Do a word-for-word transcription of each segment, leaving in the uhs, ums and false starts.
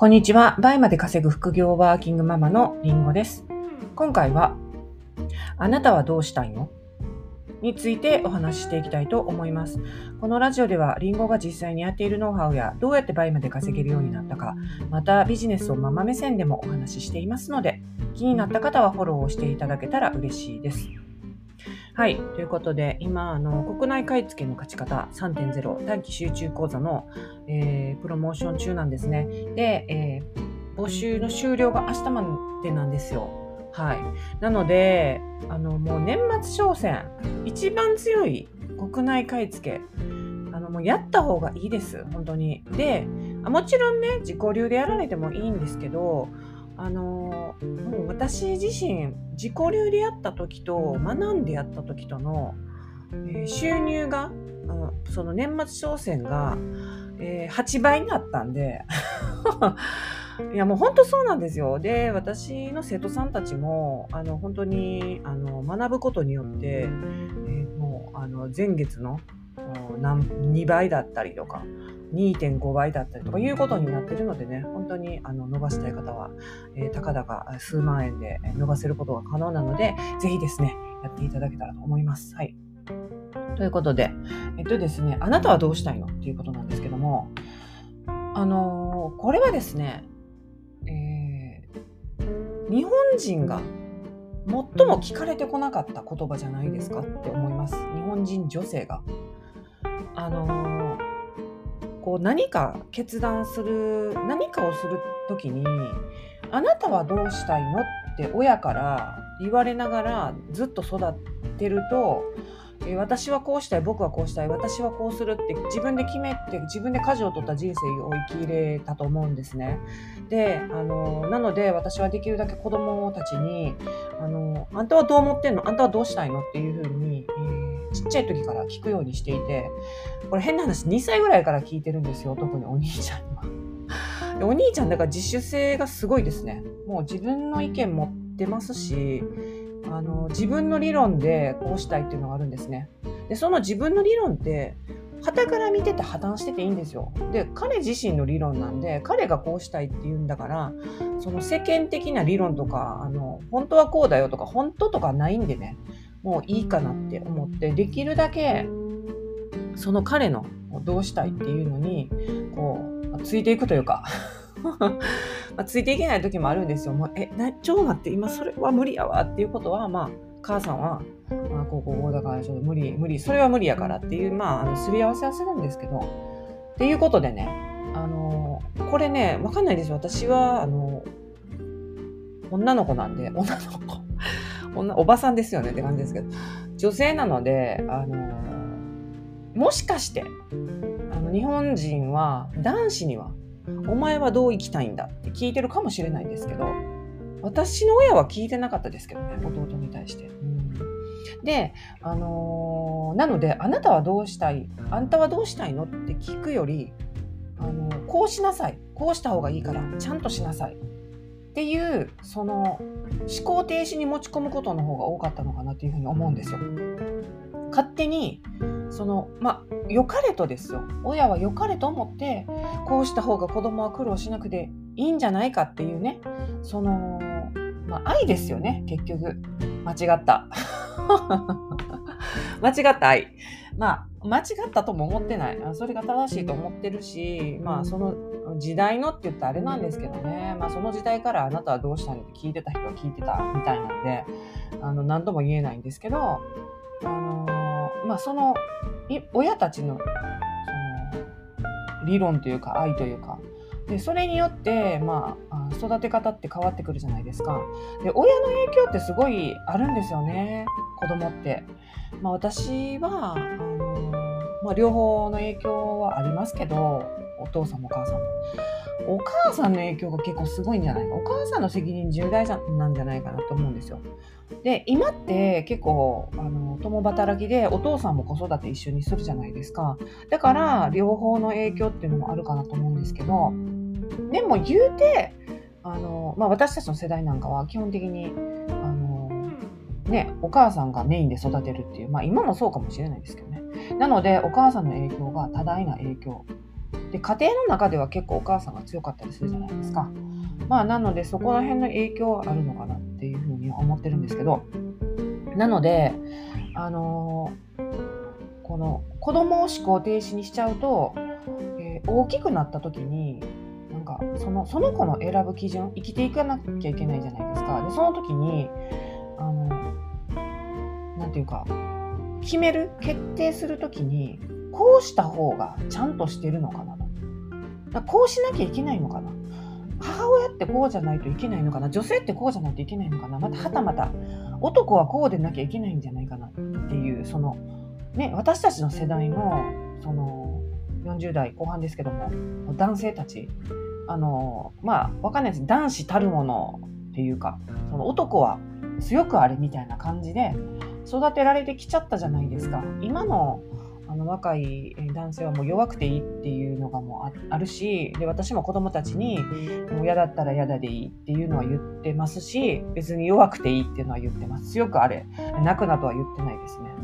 こんにちは。倍まで稼ぐ副業ワーキングママのりんごです。今回は、あなたはどうしたいのについてお話ししていきたいと思います。このラジオでは、りんごが実際にやっているノウハウや、どうやって倍まで稼げるようになったか、またビジネスをママ目線でもお話ししていますので、気になった方はフォローをしていただけたら嬉しいです。はい。ということで、今、あの、国内買い付けの勝ち方 さんてんゼロ 短期集中講座の、えー、プロモーション中なんですね。で、えー、募集の終了が明日までなんですよ。はい。なので、あの、もう年末商戦、一番強い国内買い付け、あの、もうやった方がいいです。本当に。で、もちろんね、自己流でやられてもいいんですけど、あのもう私自身自己流でやった時と学んでやった時との、えー、収入が、うん、その年末商戦が、えー、はちばいになったんでいやもう本当そうなんですよ。で、私の生徒さんたちもあの本当にあの学ぶことによって、えー、もうあの前月のにばいだったりとか にてんごばいだったりとかいうことになっているのでね、本当にあの伸ばしたい方は、えー、たかだか数万円で伸ばせることが可能なので、ぜひですね、やっていただけたらと思います。はい。ということで、えっとですね、あなたはどうしたいのっていうことなんですけども、あのー、これはですね、えー、日本人が最も聞かれてこなかった言葉じゃないですかって思います。日本人女性が。あのー、こう何か決断する、何かをするときに、あなたはどうしたいのって親から言われながらずっと育ってると、えー、私はこうしたい、僕はこうしたい、私はこうするって自分で決めて、自分で舵を取った人生を生きれたと思うんですね。で、あのー、なので私はできるだけ子供たちに、あのー、あんたはどう思ってんの？あんたはどうしたいの？っていうふうに、えーちっちゃい時から聞くようにしていて、これ変な話にさいぐらいから聞いてるんですよ、特にお兄ちゃんには。でお兄ちゃんだから自主性がすごいですね。もう自分の意見持ってますし、あの自分の理論でこうしたいっていうのがあるんですね。でその自分の理論って傍から見てて破綻してていいんですよ。で彼自身の理論なんで、彼がこうしたいって言うんだから、その世間的な理論とか、あの本当はこうだよとか本当とかないんでね、もういいかなって思って、できるだけその彼のどうしたいっていうのにこうついていくというかまあついていけない時もあるんですよ。もうえなちょっと待って、今それは無理やわっていうことは、まあ母さんは、まあ、こうこうこうだからちょっと無理無理それは無理やからっていう、まあ、あのすり合わせはするんですけど、っていうことでね、あのこれねわかんないですよ。私はあの女の子なんで、女の子女おばさんですよねって感じですけど、女性なので、あのもしかしてあの日本人は男子にはお前はどう生きたいんだって聞いてるかもしれないんですけど、私の親は聞いてなかったですけどね、弟に対して。うん、で、あのー、なのであなたはどうしたい、あんたはどうしたいのって聞くより、あのー、こうしなさい、こうした方がいいからちゃんとしなさいっていうその思考停止に持ち込むことの方が多かったのかなっていうふうに思うんですよ。勝手にそのまあ良かれとですよ、親は良かれと思ってこうした方が子供は苦労しなくていいんじゃないかっていうね、そのまあ愛ですよね。結局間違った間違った愛、まあ間違ったとも思ってない、それが正しいと思ってるし、まあその時代のって言ったらあれなんですけどね、まあその時代からあなたはどうしたのって聞いてた人は聞いてたみたいなんで、あの何とも言えないんですけど、あのー、まあその親たちのその理論というか愛というかで、それによってまあ育て方って変わってくるじゃないですか。で親の影響ってすごいあるんですよね、子供って。まあ私はあのーまあ、両方の影響はありますけど、お父さんもお母さんもお母さんの影響が結構すごいんじゃないか、お母さんの責任重大なんじゃないかなと思うんですよ。で今って結構あの共働きでお父さんも子育て一緒にするじゃないですか。だから両方の影響っていうのもあるかなと思うんですけど、でも言うてあの、まあ、私たちの世代なんかは基本的にあの、ね、お母さんがメインで育てるっていう、まあ今もそうかもしれないですけどね。なのでお母さんの影響が多大な影響で、家庭の中では結構お母さんが強かったりするじゃないですか。まあなのでそこら辺の影響はあるのかなっていうふうには思ってるんですけど、なのであのー、この子供を思考停止にしちゃうと、えー、大きくなった時になんかそのその子の選ぶ基準、生きていかなきゃいけないじゃないですか。でその時にあのなんていうか決める決定する時にこうした方がちゃんとしてるのかなと。だこうしなきゃいけないのかな。母親ってこうじゃないといけないのかな。女性ってこうじゃないといけないのかな。またはたまた男はこうでなきゃいけないんじゃないかなっていうそのね、私たちの世代のそのよんじゅう代後半ですけども男性たちあのまあわかんないです。男子たるものっていうかその男は強くあれみたいな感じで育てられてきちゃったじゃないですか。今のあの若い男性はもう弱くていいっていうのがもう あ, あるし、で私も子供たちにもう嫌だったら嫌だでいいっていうのは言ってますし、別に弱くていいっていうのは言ってます。強くあれ泣くなとは言ってないですね、うん、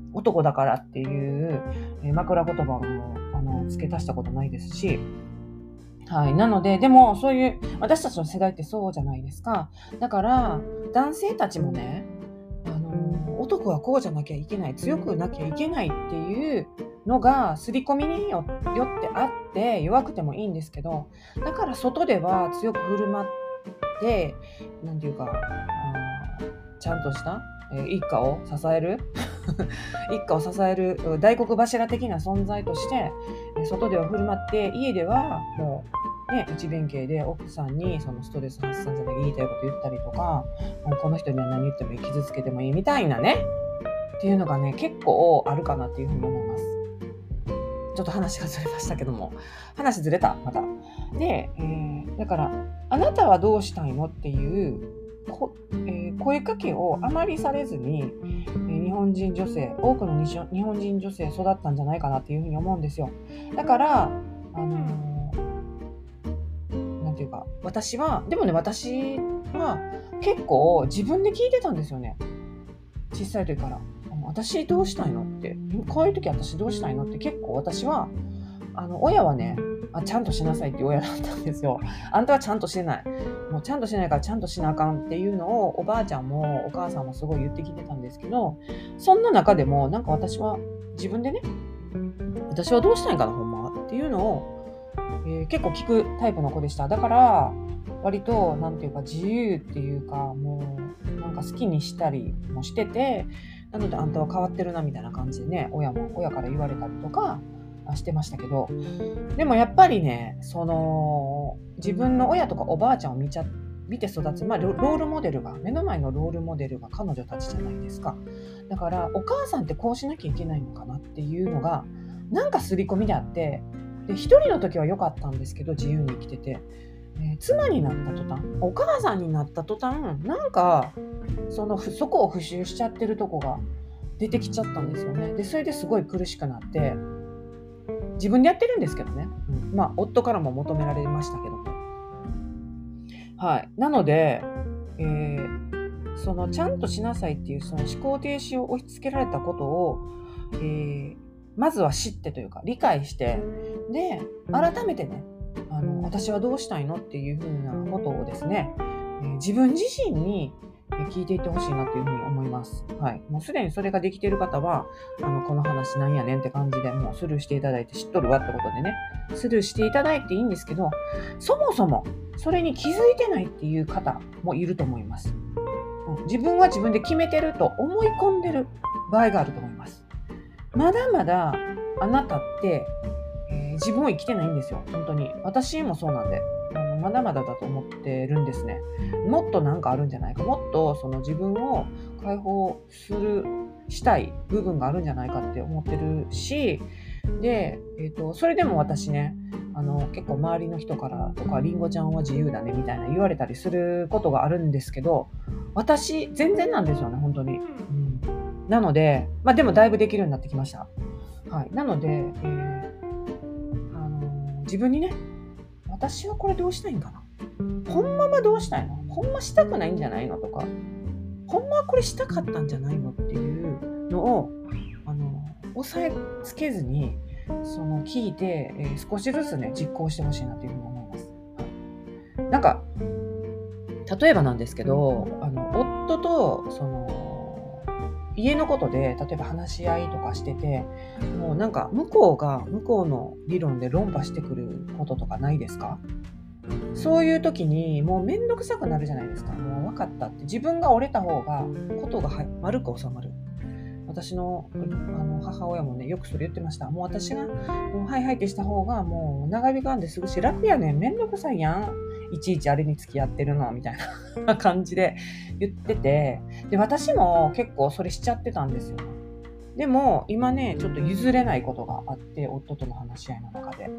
男だからっていう枕言葉もあの付け足したことないですし、はい、なのででもそういう私たちの世代ってそうじゃないですか。だから男性たちもね、男はこうじゃなきゃいけない、強くなきゃいけないっていうのが刷り込みによってあって弱くてもいいんですけど、だから外では強く振る舞ってなんていうかあちゃんとした、えー、一家を支える一家を支える大黒柱的な存在として外では振る舞って家ではもうね、内弁慶で奥さんにそのストレス発散じゃない言いたいこと言ったりとか、この人には何言ってもいい、傷つけてもいいみたいなねっていうのがね結構あるかなっていうふうに思います。ちょっと話がずれましたけども、話ずれたまたで、えー、だからあなたはどうしたいのっていうこ、えー、声かけをあまりされずに、えー、日本人女性多くの日本人女性育ったんじゃないかなっていうふうに思うんですよ。だからあのーっていうか私はでもね私は結構自分で聞いてたんですよね。小さい時から私どうしたいのってこういう時私どうしたいのって結構私はあの親はねあちゃんとしなさいっていう親だったんですよ。あんたはちゃんとしてないもうちゃんとしないからちゃんとしなあかんっていうのをおばあちゃんもお母さんもすごい言ってきてたんですけど、そんな中でもなんか私は自分でね私はどうしたいんかなほんまはっていうのをえー、結構聞くタイプの子でした。だから割となんていうか自由っていうかもうなんか好きにしたりもしてて、なのであんたは変わってるなみたいな感じでね親も親から言われたりとかしてましたけど、でもやっぱりねその自分の親とかおばあちゃんを見ちゃ見て育つ、まあ、ロールモデルが目の前のロールモデルが彼女たちじゃないですか。だからお母さんってこうしなきゃいけないのかなっていうのがなんか刷り込みであって、で一人の時は良かったんですけど自由に生きてて、えー、妻になった途端お母さんになった途端なんかそのそこを復習しちゃってるとこが出てきちゃったんですよね。でそれですごい苦しくなって自分でやってるんですけどね、うん、まあ夫からも求められましたけども、はい、なので、えー、そのちゃんとしなさいっていうその思考停止を押し付けられたことを、えーまずは知ってというか理解して、で改めてねあの私はどうしたいのっていうふうなことをですね、えー、自分自身に聞いていってほしいなというふうに思います。はい、もうすでにそれができている方はあのこの話なんやねんって感じでもうスルーしていただいて知っとるわってことでねスルーしていただいていいんですけど、そもそもそれに気づいてないっていう方もいると思います。うん、自分は自分で決めてると思い込んでる場合があると思います。まだまだあなたって、えー、自分を生きてないんですよ。本当に私もそうなんであのまだまだだと思ってるんですね。もっとなんかあるんじゃないか、もっとその自分を解放するしたい部分があるんじゃないかって思ってるし、で、えーと、それでも私ねあの結構周りの人からとかりんごちゃんは自由だねみたいな言われたりすることがあるんですけど、私全然なんですよね本当に、うん、なのでまあでもだいぶできるようになってきました。はい、なので、えーあのー、自分にね私はこれどうしたいんかな、ほんまはどうしたいの、ほんましたくないんじゃないのとか、ほんまはこれしたかったんじゃないのっていうのをあのー、押さえつけずにその聞いて、えー、少しずつね、実行してほしいなというふうに思います。はい、なんか、例えばなんですけど、あの、夫と、その、家のことで、例えば話し合いとかしてて、もうなんか、向こうが、向こうの理論で論破してくることとかないですか？そういう時に、もうめんどくさくなるじゃないですか。もう分かったって。自分が折れた方が、ことがは丸く収まる。私の、あの母親もね、よくそれ言ってました。もう私が、もうはいはいってした方が、もう長引かんですぐし、楽やねん、めんどくさいやん。いちいちあれに付き合ってるの、みたいな感じで言ってて、で、私も結構それしちゃってたんですよ。でも、今ね、ちょっと譲れないことがあって、夫との話し合いの中で。うん、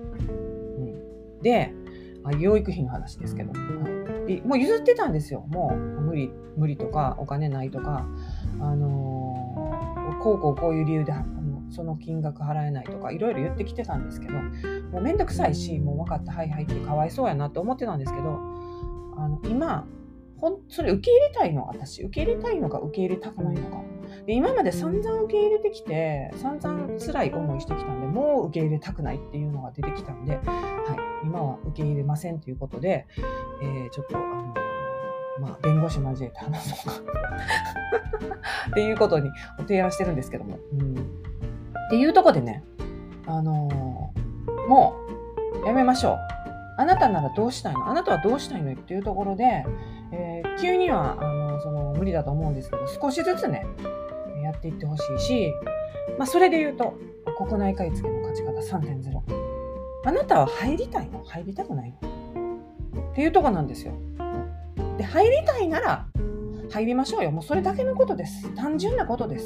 で、養育費の話ですけど、はい、もう譲ってたんですよ。もう無理、無理とか、お金ないとか、あのー、こうこうこういう理由でその金額払えないとかいろいろ言ってきてたんですけど、もうめんどくさいし、もう分かった、はいはいってかわいそうやなって思ってたんですけど、あの今ほんそれ受け入れたいの、私受け入れたいのか受け入れたくないのかで、今まで散々受け入れてきて散々辛い思いしてきたんで、もう受け入れたくないっていうのが出てきたんで、はい、今は受け入れませんということで、えー、ちょっとあのまあ、弁護士交えて話そうかっていうことに提案してるんですけども、うん、っていうところでね、あのー、もうやめましょう。あなたならどうしたいの？あなたはどうしたいのっていうところで、えー、急にはあのその無理だと思うんですけど、少しずつねやっていってほしいし、まあ、それで言うと国内買い付けの勝ち方 さんてんゼロ、 あなたは入りたいの？入りたくないの？っていうところなんですよ。で、入りたいなら入りましょうよ。もうそれだけのことです。単純なことです。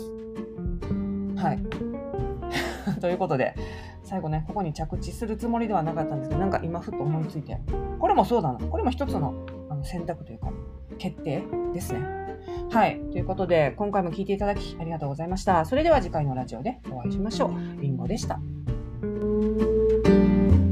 はいということで、最後ね、ここに着地するつもりではなかったんですけど、なんか今ふと思いついて、これもそうだな、これも一つの、あの選択というか決定ですね。はい、ということで今回も聞いていただきありがとうございました。それでは次回のラジオでお会いしましょう。りんごでした。